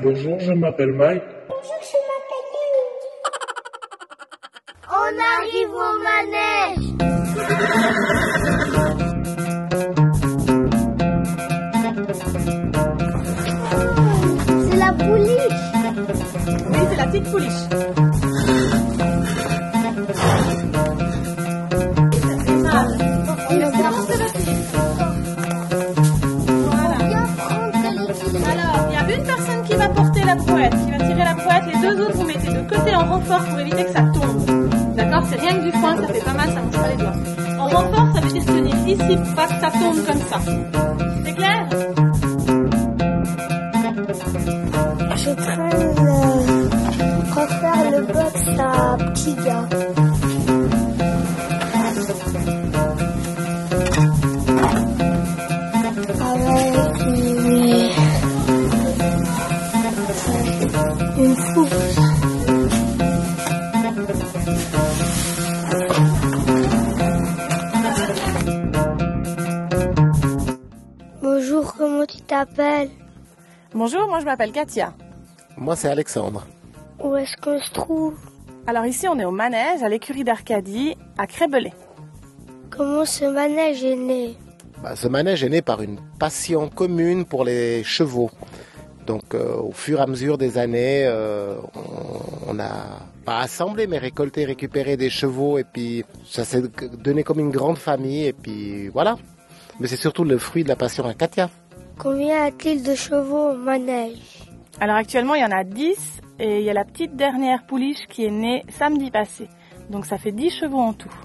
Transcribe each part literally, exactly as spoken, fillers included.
Bonjour, je m'appelle Mike. Bonjour, je m'appelle Léo. On arrive au manège. C'est la pouliche. Oui, c'est la petite pouliche. Va porter la brouette, qui va tirer la brouette, les deux autres vous mettez de côté en renfort pour éviter que ça tombe. D'accord? C'est rien que du foin, ça fait pas mal, ça mange pas les doigts. En renfort, ça veut dire tenir ici pour pas que ça tombe comme ça. C'est clair? Je traîne euh, refaire le box à petit gars. Une fousse. Bonjour, comment tu t'appelles? Bonjour, moi je m'appelle Katia. Moi c'est Alexandre. Où est-ce qu'on se trouve? Alors ici on est au manège, à l'écurie d'Arcadie, à Crébelais. Comment ce manège est né? Bah, ce manège est né par une passion commune pour les chevaux. Donc euh, au fur et à mesure des années, euh, on, on a pas assemblé mais récolté, récupéré des chevaux et puis ça s'est donné comme une grande famille et puis voilà. Mais c'est surtout le fruit de la passion à Katia. Combien a-t-il de chevaux au manège? Alors actuellement il y en a dix et il y a la petite dernière pouliche qui est née samedi passé. Donc ça fait dix chevaux en tout.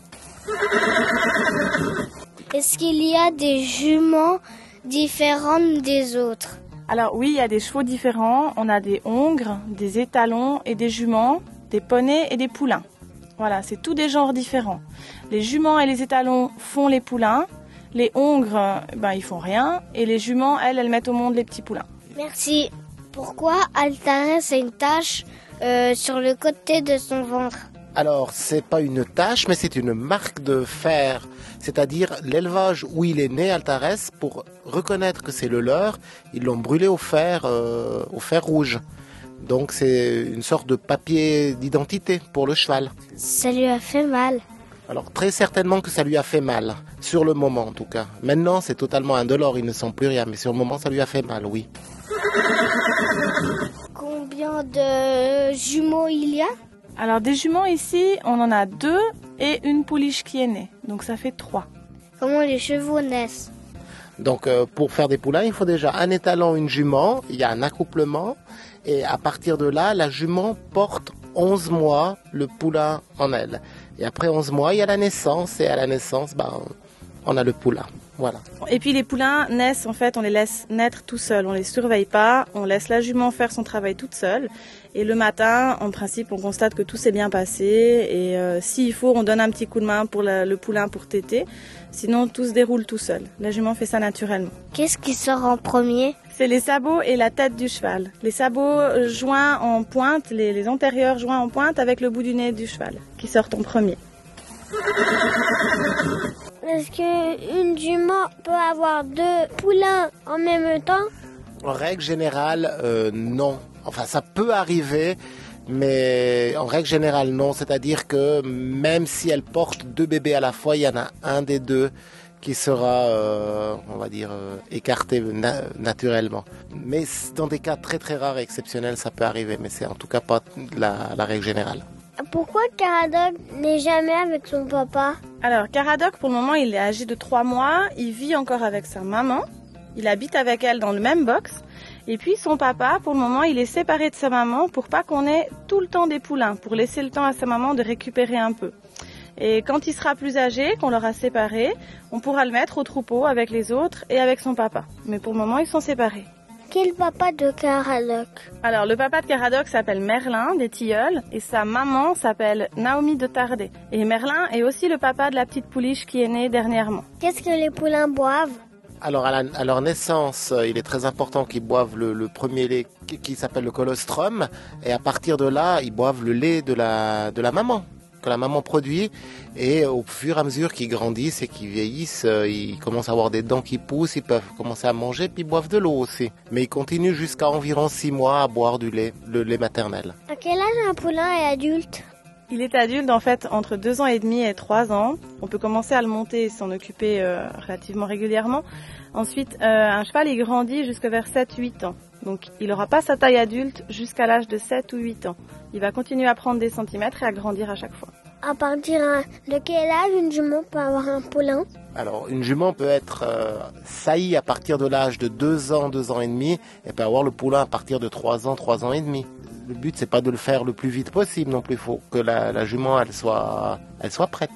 Est-ce qu'il y a des juments différentes des autres? Alors oui, il y a des chevaux différents. On a des hongres, des étalons et des juments, des poneys et des poulains. Voilà, c'est tous des genres différents. Les juments et les étalons font les poulains. Les hongres, ben, ils font rien. Et les juments, elles, elles mettent au monde les petits poulains. Merci. Pourquoi Altarès a une tache euh, sur le côté de son ventre? Alors, c'est pas une tache, mais c'est une marque de fer. C'est-à-dire l'élevage où il est né, Altarès, pour reconnaître que c'est le leur, ils l'ont brûlé au fer, euh, au fer rouge. Donc c'est une sorte de papier d'identité pour le cheval. Ça lui a fait mal. Alors très certainement que ça lui a fait mal, sur le moment en tout cas. Maintenant c'est totalement indolore, il ne sent plus rien, mais sur le moment ça lui a fait mal, oui. Combien de jumeaux il y a? Alors des juments ici, on en a deux et une pouliche qui est née. Donc ça fait trois. Comment les chevaux naissent? Donc euh, pour faire des poulains, il faut déjà un étalon, une jument, il y a un accouplement. Et à partir de là, la jument porte onze mois le poulain en elle. Et après onze mois, il y a la naissance. Et à la naissance, ben, on a le poulain. Voilà. Et puis les poulains naissent, en fait, on les laisse naître tout seuls. On les surveille pas. On laisse la jument faire son travail toute seule. Et le matin, en principe, on constate que tout s'est bien passé. Et euh, s'il faut, on donne un petit coup de main pour la, le poulain pour téter. Sinon, tout se déroule tout seul. La jument fait ça naturellement. Qu'est-ce qui sort en premier? C'est les sabots et la tête du cheval. Les sabots joints en pointe, les, les antérieurs joints en pointe avec le bout du nez du cheval qui sortent en premier. Est-ce qu'une jument peut avoir deux poulains en même temps? En règle générale, euh, non. Enfin, ça peut arriver, mais en règle générale, non. C'est-à-dire que même si elle porte deux bébés à la fois, il y en a un des deux qui sera, euh, on va dire, euh, écarté na- naturellement. Mais dans des cas très très rares et exceptionnels, ça peut arriver, mais c'est en tout cas pas la, la règle générale. Pourquoi Caradoc n'est jamais avec son papa? Alors, Caradoc, pour le moment, il est âgé de trois mois. Il vit encore avec sa maman. Il habite avec elle dans le même box. Et puis, son papa, pour le moment, il est séparé de sa maman pour pas qu'on ait tout le temps des poulains, pour laisser le temps à sa maman de récupérer un peu. Et quand il sera plus âgé, qu'on l'aura séparé, on pourra le mettre au troupeau avec les autres et avec son papa. Mais pour le moment, ils sont séparés. Quel papa de Caradoc? Alors, le papa de Caradoc s'appelle Merlin, des Tilleuls, et sa maman s'appelle Naomi de Tardet. Et Merlin est aussi le papa de la petite pouliche qui est née dernièrement. Qu'est-ce que les poulains boivent? Alors, à, la, à leur naissance, il est très important qu'ils boivent le, le premier lait qui, qui s'appelle le colostrum. Et à partir de là, ils boivent le lait de la, de la maman. que la maman produit. Et au fur et à mesure qu'ils grandissent et qu'ils vieillissent, euh, ils commencent à avoir des dents qui poussent, ils peuvent commencer à manger, puis ils boivent de l'eau aussi. Mais ils continuent jusqu'à environ six mois à boire du lait, le lait maternel. À quel âge un poulain est adulte? Il est adulte en fait entre deux ans et demi et trois ans. On peut commencer à le monter et s'en occuper euh, relativement régulièrement. Ensuite, euh, un cheval il grandit jusqu'à vers sept huit ans. Donc il n'aura pas sa taille adulte jusqu'à l'âge de sept ou huit ans. Il va continuer à prendre des centimètres et à grandir à chaque fois. À partir de quel âge une jument peut avoir un poulain? Alors, une jument peut être euh, saillie à partir de l'âge de deux ans, deux ans et demi, et peut avoir le poulain à partir de trois ans, trois ans et demi. Le but, c'est pas de le faire le plus vite possible non plus. Il faut que la, la jument, elle soit, elle soit prête.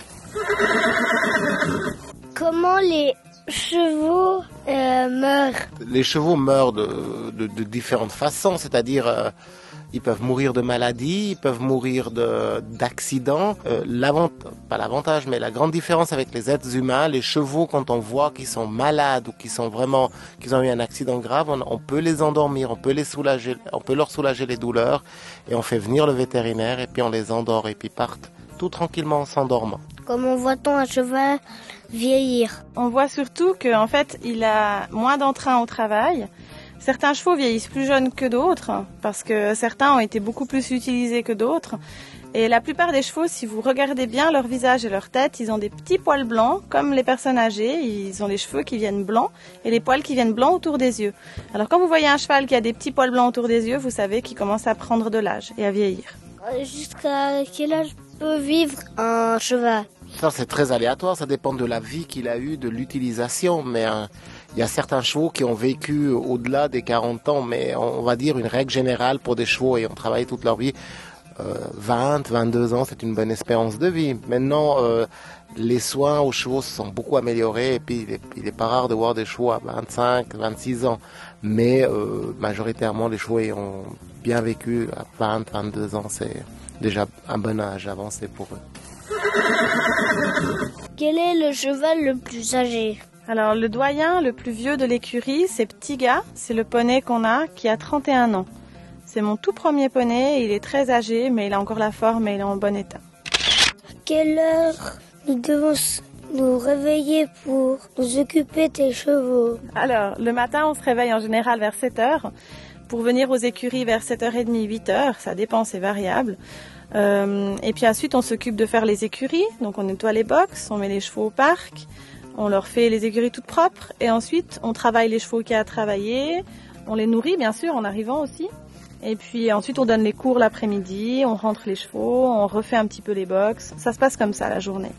Comment les chevaux euh, meurent? Les chevaux meurent de, de, de différentes façons, c'est-à-dire euh, ils peuvent mourir de maladie, ils peuvent mourir de, d'accidents. Euh, l'avant, pas l'avantage, mais la grande différence avec les êtres humains, les chevaux, quand on voit qu'ils sont malades ou qu'ils sont vraiment, qu'ils ont eu un accident grave, on, on peut les endormir, on peut les soulager, on peut leur soulager les douleurs, et on fait venir le vétérinaire et puis on les endort et puis ils partent tout tranquillement en s'endormant. Comment voit-on un cheval vieillir? On voit surtout qu'en fait, il a moins d'entrain au travail. Certains chevaux vieillissent plus jeunes que d'autres, parce que certains ont été beaucoup plus utilisés que d'autres. Et la plupart des chevaux, si vous regardez bien leur visage et leur tête, ils ont des petits poils blancs, comme les personnes âgées. Ils ont les cheveux qui viennent blancs et les poils qui viennent blancs autour des yeux. Alors quand vous voyez un cheval qui a des petits poils blancs autour des yeux, vous savez qu'il commence à prendre de l'âge et à vieillir. Jusqu'à quel âge peut vivre un cheval? Ça, c'est très aléatoire, ça dépend de la vie qu'il a eue, de l'utilisation, mais euh, il y a certains chevaux qui ont vécu au-delà des quarante ans, mais on, on va dire une règle générale pour des chevaux ayant travaillé toute leur vie, euh, vingt, vingt-deux ans, c'est une bonne espérance de vie. Maintenant, euh, les soins aux chevaux se sont beaucoup améliorés, et puis il est, il est pas rare de voir des chevaux à vingt-cinq, vingt-six ans, mais euh, majoritairement les chevaux ayant bien vécu à vingt, vingt-deux ans, c'est déjà un bon âge avancé pour eux. Quel est le cheval le plus âgé? Alors le doyen, le plus vieux de l'écurie, c'est Ptiga, c'est le poney qu'on a qui a trente et un ans. C'est mon tout premier poney, il est très âgé mais il a encore la forme et il est en bon état. À quelle heure nous devons nous réveiller pour nous occuper des chevaux? Alors le matin on se réveille en général vers sept heures pour venir aux écuries vers sept heures trente, huit heures, ça dépend, c'est variable. Euh, et puis ensuite on s'occupe de faire les écuries, donc on nettoie les box, on met les chevaux au parc, on leur fait les écuries toutes propres et ensuite on travaille les chevaux qu'il y a à travailler, on les nourrit bien sûr en arrivant aussi et puis ensuite on donne les cours l'après-midi, on rentre les chevaux, on refait un petit peu les box, ça se passe comme ça la journée.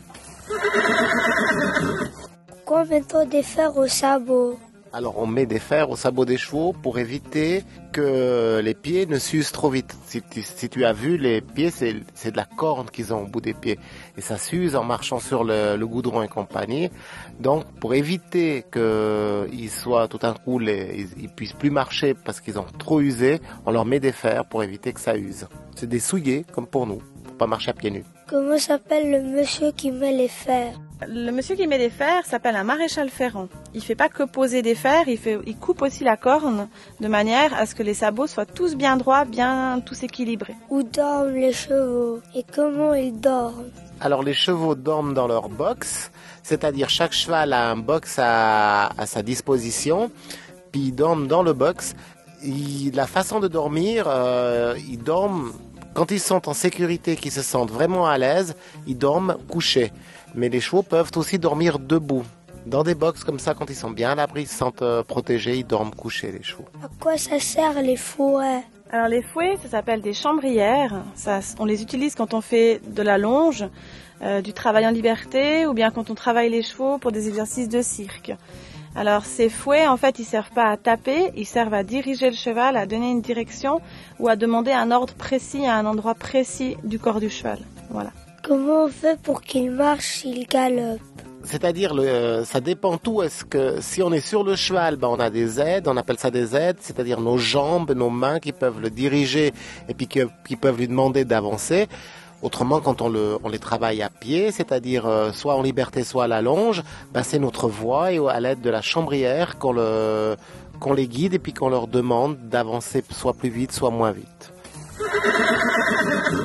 Pourquoi met-on des fers aux sabots? Alors on met des fers au sabot des chevaux pour éviter que les pieds ne s'usent trop vite. Si tu, si tu as vu, les pieds, c'est, c'est de la corne qu'ils ont au bout des pieds. Et ça s'use en marchant sur le, le goudron et compagnie. Donc pour éviter qu'ils soient tout d'un coup, les, ils, ils puissent plus marcher parce qu'ils ont trop usé, on leur met des fers pour éviter que ça use. C'est des souliers comme pour nous, pour pas marcher à pieds nus. Comment s'appelle le monsieur qui met les fers? Le monsieur qui met les fers s'appelle un maréchal ferrant. Il fait pas que poser des fers, il, fait, il coupe aussi la corne de manière à ce que les sabots soient tous bien droits, bien tous équilibrés. Où dorment les chevaux et comment ils dorment? Alors les chevaux dorment dans leur box, c'est-à-dire chaque cheval a un box à, à sa disposition, puis ils dorment dans le box. Il, la façon de dormir, euh, ils dorment, quand ils sont en sécurité, qu'ils se sentent vraiment à l'aise, ils dorment couchés. Mais les chevaux peuvent aussi dormir debout. Dans des box comme ça, quand ils sont bien à l'abri, ils se sentent euh, protégés, ils dorment couchés, les chevaux. À quoi ça sert les fouets? Alors les fouets, ça s'appelle des chambrières. Ça, on les utilise quand on fait de la longe, euh, du travail en liberté, ou bien quand on travaille les chevaux pour des exercices de cirque. Alors ces fouets, en fait, ils servent pas à taper, ils servent à diriger le cheval, à donner une direction ou à demander un ordre précis à un endroit précis du corps du cheval. Voilà. Comment on fait pour qu'il marche s'il galope? C'est-à-dire, le, euh, ça dépend tout. Est-ce que si on est sur le cheval, ben, on a des aides, on appelle ça des aides, c'est-à-dire nos jambes, nos mains qui peuvent le diriger et puis qui, qui peuvent lui demander d'avancer. Autrement, quand on, le, on les travaille à pied, c'est-à-dire euh, soit en liberté, soit à la longe, ben, c'est notre voix et à l'aide de la chambrière qu'on, le, qu'on les guide et puis qu'on leur demande d'avancer soit plus vite, soit moins vite.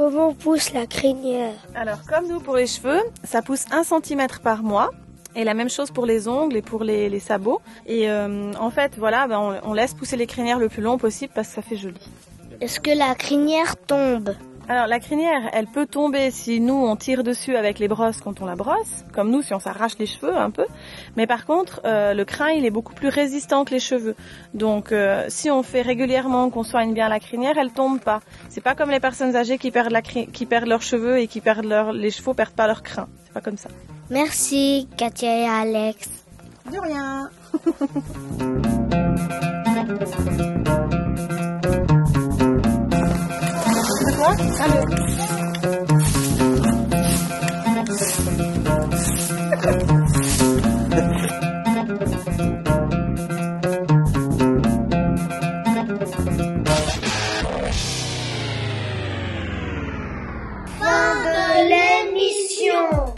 comment pousse la crinière? Alors, comme nous pour les cheveux, ça pousse un centimètre par mois. Et la même chose pour les ongles et pour les, les sabots. Et euh, en fait, voilà, ben on, on laisse pousser les crinières le plus long possible parce que ça fait joli. Est-ce que la crinière tombe? Alors la crinière, elle peut tomber si nous on tire dessus avec les brosses quand on la brosse, comme nous si on s'arrache les cheveux un peu. Mais par contre, euh, le crin il est beaucoup plus résistant que les cheveux. Donc euh, si on fait régulièrement, qu'on soigne bien la crinière, elle tombe pas. C'est pas comme les personnes âgées qui perdent, la cri- qui perdent leurs cheveux et qui perdent leur, les chevaux perdent pas leur crin. C'est pas comme ça. Merci Katia et Alex. De rien. Allez. Fin de l'émission.